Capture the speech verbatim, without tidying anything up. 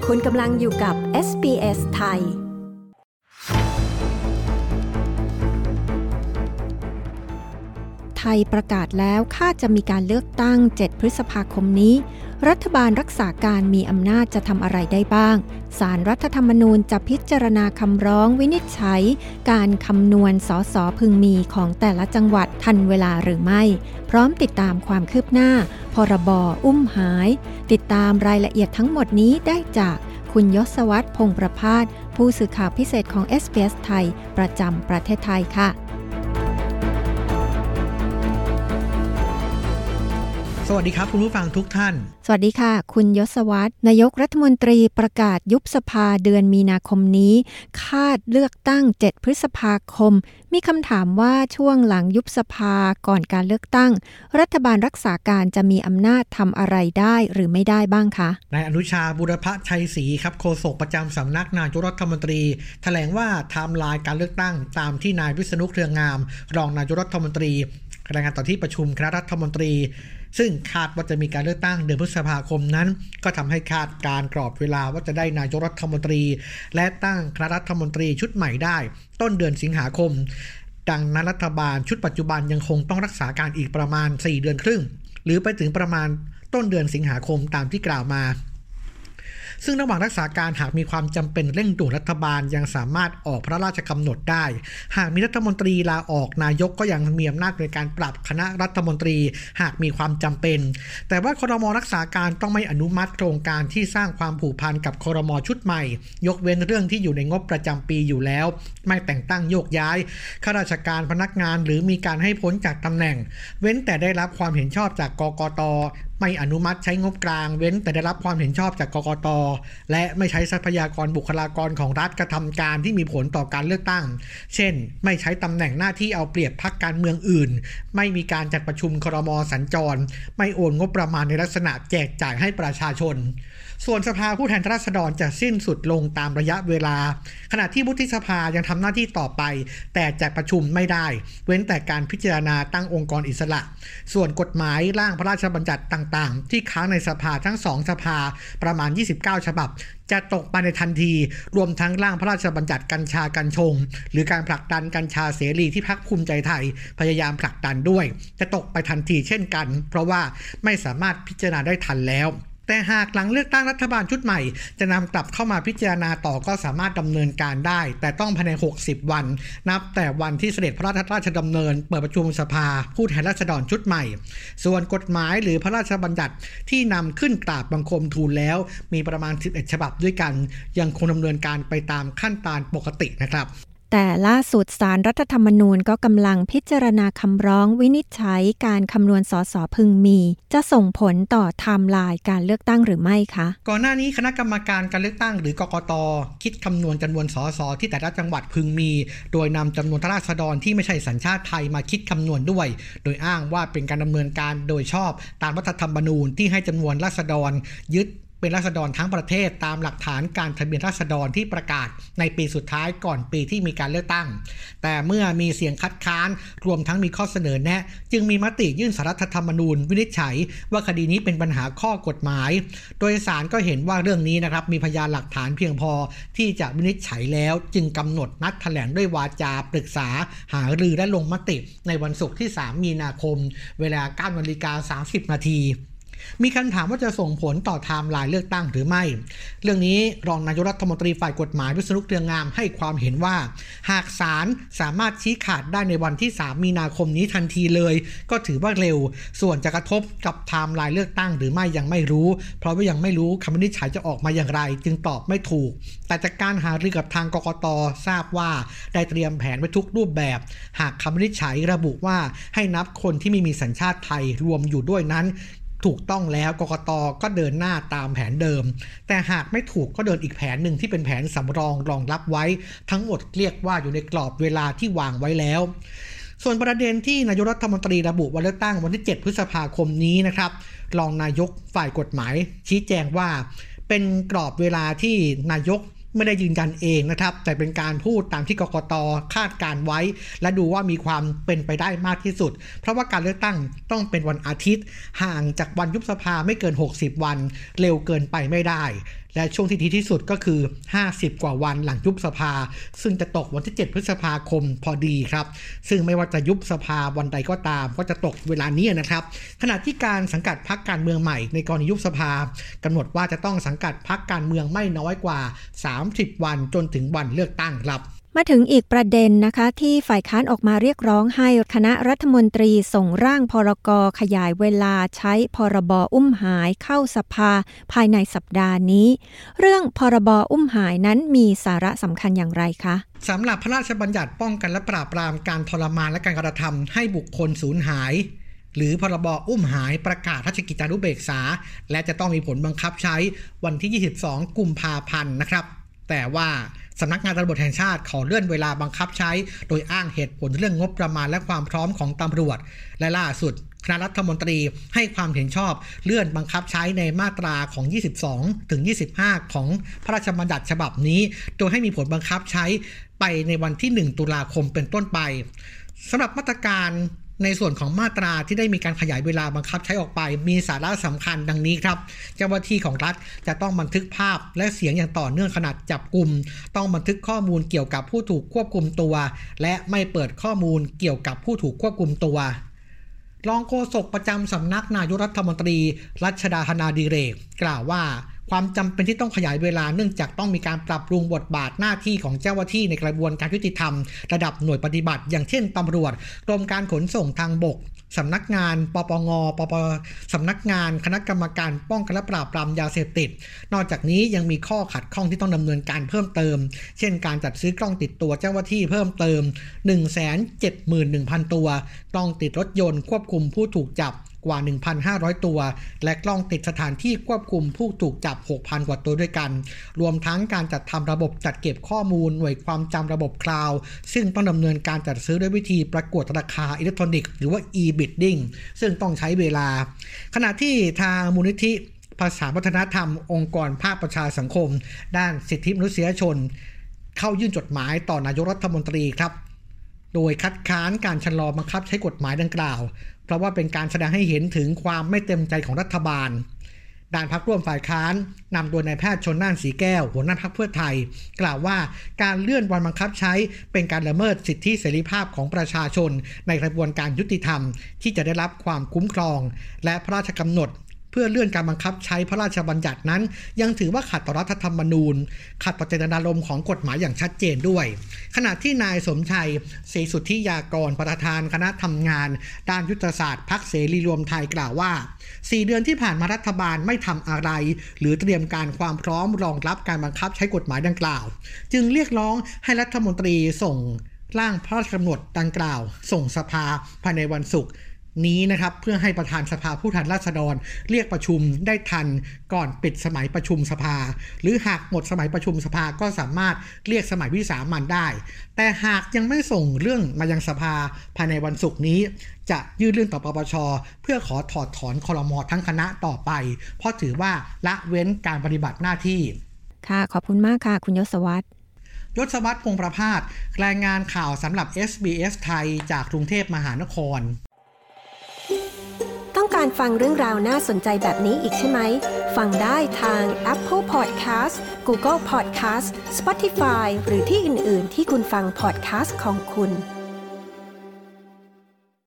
คุณกำลังอยู่กับ เอส บี เอส ไทยไทยประกาศแล้วคาดจะมีการเลือกตั้งเจ็ดพฤษภาคมนี้รัฐบาลรักษาการมีอำนาจจะทำอะไรได้บ้างศาลรัฐธรรมนูญจะพิจารณาคำร้องวินิจฉัยการคำนวณสสพึงมีของแต่ละจังหวัดทันเวลาหรือไม่พร้อมติดตามความคืบหน้าพรบอุ้มหายติดตามรายละเอียดทั้งหมดนี้ได้จากคุณยศวรรษ พงษ์ประภาสผู้สื่อข่าวพิเศษของ เอส บี เอส ไทยประจำประเทศไทยค่ะสวัสดีครับคุณผู้ฟังทุกท่านสวัสดีค่ะคุณยศวรรษนายกรัฐมนตรีประกาศยุบสภาเดือนมีนาคมนี้คาดเลือกตั้งเจ็ดพฤษภาคมมีคำถามว่าช่วงหลังยุบสภาก่อนการเลือกตั้งรัฐบาลรักษาการจะมีอำนาจทำอะไรได้หรือไม่ได้บ้างคะนายอนุชาบุรพชัยศรีครับโฆษกประจำสำนักนายกรัฐมนตรีแถลงว่าไทม์ไลน์การเลือกตั้งตามที่นายวิษณุเครืองามรองนายกรัฐมนตรีรายงานต่อที่ประชุมคณะรัฐมนตรีซึ่งคาดว่าจะมีการเลือกตั้งเดือนพฤษภาคมนั้นก็ทำให้คาดการกรอบเวลาว่าจะได้นายกรัฐมนตรีและตั้งคณะรัฐมนตรีชุดใหม่ได้ต้นเดือนสิงหาคมดังนั้นรัฐบาลชุดปัจจุบันยังคงต้องรักษาการอีกประมาณสี่เดือนครึ่งหรือไปถึงประมาณต้นเดือนสิงหาคมตามที่กล่าวมาซึ่งระหว่างรักษาการหากมีความจำเป็นเร่งด่วนรัฐบาลยังสามารถออกพระราชกำหนดได้หากมีรัฐมนตรีลาออกนายกก็ยังมีอำนาจในการปรับคณะรัฐมนตรีหากมีความจำเป็นแต่ว่าครม.รักษาการต้องไม่อนุมัติโครงการที่สร้างความผูกพันกับครม.ชุดใหม่ยกเว้นเรื่องที่อยู่ในงบประจำปีอยู่แล้วไม่แต่งตั้งโยกย้ายข้าราชการพนักงานหรือมีการให้พ้นจากตำแหน่งเว้นแต่ได้รับความเห็นชอบจากกกต.ไม่อนุมัติใช้งบกลางเว้นแต่ได้รับความเห็นชอบจากกกต.และไม่ใช้ทรัพยากรบุคลากรของรัฐกระทำการที่มีผลต่อการเลือกตั้งเช่นไม่ใช้ตำแหน่งหน้าที่เอาเปรียบพรรคการเมืองอื่นไม่มีการจัดประชุมครม.สัญจรไม่โอนงบประมาณในลักษณะแจกจ่ายให้ประชาชนส่วนสภาผู้แทนราษฎรจะสิ้นสุดลงตามระยะเวลาขณะที่วุฒิสภายังทำหน้าที่ต่อไปแต่จัดประชุมไม่ได้เว้นแต่การพิจารณาตั้งองค์กรอิสระส่วนกฎหมายร่างพระราชบัญญัติต่างๆที่ค้างในสภาทั้งสองสภาประมาณยี่สิบเก้าฉบับจะตกไปในทันทีรวมทั้งร่างพระราชบัญญัติกัญชากัญชงหรือการผลักดันกัญชาเสรีที่พรรคภูมิใจไทยพยายามผลักดันด้วยจะตกไปทันทีเช่นกันเพราะว่าไม่สามารถพิจารณาได้ทันแล้วแต่หากหลังเลือกตั้งรัฐบาลชุดใหม่จะนำกลับเข้ามาพิจารณาต่อก็สามารถดำเนินการได้แต่ต้องภายในหกสิบวันนับแต่วันที่เสด็จพระราชดำเนินเปิดประชุมสภาผู้แทนราษฎรชุดใหม่ส่วนกฎหมายหรือพระราชบัญญัติที่นำขึ้นกราบบังคมทูลแล้วมีประมาณสิบเอ็ดฉบับด้วยกันยังคงดำเนินการไปตามขั้นตอนปกตินะครับแต่ล่าสุดศาลรัฐธรรมนูญก็กำลังพิจารณาคำร้องวินิจฉัยการคำนวณสสพึงมีจะส่งผลต่อไทม์ไลน์การเลือกตั้งหรือไม่คะก่อนหน้านี้คณะกรรมการการเลือกตั้งหรือกกต.คิดคำนวณจำนวนสสที่แต่ละจังหวัดพึงมีโดยนำจำนวนราษฎรที่ไม่ใช่สัญชาติไทยมาคิดคำนวณด้วยโดยอ้างว่าเป็นการดำเนินการโดยชอบตามรัฐธรรมนูญที่ให้จำนวนราษฎรยึดเป็นราษฎรทั้งประเทศตามหลักฐานการทะเบียนราษฎรที่ประกาศในปีสุดท้ายก่อนปีที่มีการเลือกตั้งแต่เมื่อมีเสียงคัดค้านรวมทั้งมีข้อเสนอแนะจึงมีมติยื่นสารรัฐธรรมนูญวินิจฉัยว่าคดีนี้เป็นปัญหาข้อกฎหมายโดยศาลก็เห็นว่าเรื่องนี้นะครับมีพยานหลักฐานเพียงพอที่จะวินิจฉัยแล้วจึงกำหนดนัดแถลงด้วยวาจาปรึกษาหารือและลงมติในวันศุกร์ที่สามมีนาคมเวลา เก้านาฬิกาสามสิบนาทีมีคำถามว่าจะส่งผลต่อไทม์ไลน์เลือกตั้งหรือไม่เรื่องนี้รองนายกรัฐมนตรีฝ่ายกฎหมายวิษณุเครืองามให้ความเห็นว่าหากศาลสามารถชี้ขาดได้ในวันที่สามมีนาคมนี้ทันทีเลยก็ถือว่าเร็วส่วนจะกระทบกับไทม์ไลน์เลือกตั้งหรือไม่ยังไม่รู้เพราะว่ายังไม่รู้คำวินิจฉัยจะออกมาอย่างไรจึงตอบไม่ถูกแต่จากการหารือกับทางกกต.ทราบว่าได้เตรียมแผนไว้ทุกรูปแบบหากคำวินิจฉัยระบุว่าให้นับคนที่ไม่มีสัญชาติไทยรวมอยู่ด้วยนั้นถูกต้องแล้วกกต.ก็เดินหน้าตามแผนเดิมแต่หากไม่ถูกก็เดินอีกแผนหนึ่งที่เป็นแผนสำรองรองรับไว้ทั้งหมดเรียกว่าอยู่ในกรอบเวลาที่วางไว้แล้วส่วนประเด็นที่นายกรัฐมนตรีระบุวันเลือกตั้งวันที่เจ็ดพฤษภาคมนี้นะครับรองนายกฝ่ายกฎหมายชี้แจงว่าเป็นกรอบเวลาที่นายก ไม่ได้ยืนยันเองนะครับแต่เป็นการพูดตามที่กกต.คาดการไว้และดูว่ามีความเป็นไปได้มากที่สุดเพราะว่าการเลือกตั้งต้องเป็นวันอาทิตย์ห่างจากวันยุบสภาไม่เกินหกสิบวันเร็วเกินไปไม่ได้และช่วงที่ดีที่สุดก็คือห้าสิบกว่าวันหลังยุบสภาซึ่งจะตกวันที่เจ็ดพฤษภาคมพอดีครับซึ่งไม่ว่าจะยุบสภาวันใดก็ตามก็จะตกเวลานี้นะครับขณะที่การสังกัดพรรคการเมืองใหม่ในกรณียุบสภากำหนดว่าจะต้องสังกัดพรรคการเมืองไม่น้อยกว่าสามสิบวันจนถึงวันเลือกตั้งครับมาถึงอีกประเด็นนะคะที่ฝ่ายค้านออกมาเรียกร้องให้คณะรัฐมนตรีส่งร่างพรก.ขยายเวลาใช้พรบ.อุ้มหายเข้าสภาภายในสัปดาห์นี้เรื่องพรบ.อุ้มหายนั้นมีสาระสำคัญอย่างไรคะสำหรับพระราชบัญญัติป้องกันและปราบปรามการทรมานและการกระทำให้บุคคลสูญหายหรือพรบ.อุ้มหายประกาศราชกิจจานุเบกษาและจะต้องมีผลบังคับใช้วันที่ยี่สิบสองกุมภาพันธ์นะครับแต่ว่าสำนักงานตำรวจแห่งชาติขอเลื่อนเวลาบังคับใช้โดยอ้างเหตุผลเรื่องงบประมาณและความพร้อมของตำรวจและล่าสุดคณะรัฐมนตรีให้ความเห็นชอบเลื่อนบังคับใช้ในมาตราของยี่สิบสองถึงยี่สิบห้าของพระราชบัญญัติฉบับนี้โดยให้มีผลบังคับใช้ไปในวันที่หนึ่งตุลาคมเป็นต้นไปสำหรับมาตรการในส่วนของมาตราที่ได้มีการขยายเวลาบังคับใช้ออกไปมีสาระสำคัญดังนี้ครับเจ้าหน้าที่ของรัฐจะต้องบันทึกภาพและเสียงอย่างต่อเนื่องขณะจับกุมต้องบันทึกข้อมูลเกี่ยวกับผู้ถูกควบคุมตัวและไม่เปิดข้อมูลเกี่ยวกับผู้ถูกควบคุมตัวรองโฆษกประจำสำนักนายกรัฐมนตรีรัชดา ธนาดิเรกกล่าวว่าความจำเป็นที่ต้องขยายเวลาเนื่องจากต้องมีการปรับปรุงบทบาทหน้าที่ของเจ้าหน้าที่ในกระบวนการยุติธรรมระดับหน่วยปฏิบัติอย่างเช่นตำรวจกรมการขนส่งทางบกสำนักงานปปงปปสำนักงานคณะกรรมการป้องกันและปราบปรามยาเสพติดนอกจากนี้ยังมีข้อขัดข้องที่ต้องดำเนินการเพิ่มเติมเช่นการจัดซื้อกล้องติดตัวเจ้าหน้าที่เพิ่มเติม หนึ่งแสนเจ็ดหมื่นหนึ่งพัน ตัวกล้องติดรถยนต์ควบคุมผู้ถูกจับกว่า หนึ่งพันห้าร้อย ตัวและกล้องติดสถานที่ควบคุมผู้ถูกจับ หกพัน กว่าตัวด้วยกันรวมทั้งการจัดทำระบบจัดเก็บข้อมูลหน่วยความจำระบบคลาวด์ซึ่งต้องดำเนินการจัดซื้อด้วยวิธีประกวดราคาอิเล็กทรอนิกส์หรือว่า e-bidding ซึ่งต้องใช้เวลาขณะที่ทางมูลนิธิภาษาวัฒนธรรมองค์กรภาคประชาสังคมด้านสิทธิมนุษยชนเข้ายื่นจดหมายต่อนายกรัฐมนตรีครับโดยคัดค้านการชะลอบังคับใช้กฎหมายดังกล่าวเพราะว่าเป็นการแสดงให้เห็นถึงความไม่เต็มใจของรัฐบาลด้านพรรคร่วมฝ่ายค้านนำโดยนายแพทย์ชลน่านสีแก้วหัวหน้าพรรคเพื่อไทยกล่าวว่าการเลื่อนวันบังคับใช้เป็นการละเมิดสิทธิเสรีภาพของประชาชนในกระบวนการยุติธรรมที่จะได้รับความคุ้มครองและพระราชกำหนดเพื่อเลื่อนการบังคับใช้พระราชบัญญัตินั้นยังถือว่าขัดต่อรัฐธรรมนูญขัดต่อเจตนารมณ์ของกฎหมายอย่างชัดเจนด้วยขณะที่นายสมชัยศรีสุทธิยากรประธานคณะทำงานด้านยุทธศาสตร์พรรคเสรีรวมไทยกล่าวว่าสี่เดือนที่ผ่านมารัฐบาลไม่ทำอะไรหรือเตรียมการความพร้อมรองรับการบังคับใช้กฎหมายดังกล่าวจึงเรียกร้องให้รัฐมนตรีส่งร่างพระราชกำหนดดังกล่าวส่งสภาภายในวันศุกร์นี้นะครับเพื่อให้ประธานสภาผู้แทนราษฎรเรียกประชุมได้ทันก่อนปิดสมัยประชุมสภาหรือหากหมดสมัยประชุมสภาก็สามารถเรียกสมัยวิสามัญได้แต่หากยังไม่ส่งเรื่องมายังสภาภายในวันศุกร์นี้จะยื่นเรื่องต่อปปช.เพื่อขอถอดถอนครม.ทั้งคณะต่อไปเพราะถือว่าละเว้นการปฏิบัติหน้าที่ค่ะขอบคุณมากค่ะคุณยศวัฒน์ยศวัฒน์พงษ์ประภาสรายงานข่าวสำหรับ เอส บี เอส ไทยจากกรุงเทพมหานครต้องการฟังเรื่องราวน่าสนใจแบบนี้อีกใช่ไหมฟังได้ทาง Apple Podcast Google Podcast Spotify หรือที่อื่นๆที่คุณฟัง podcast ของคุณ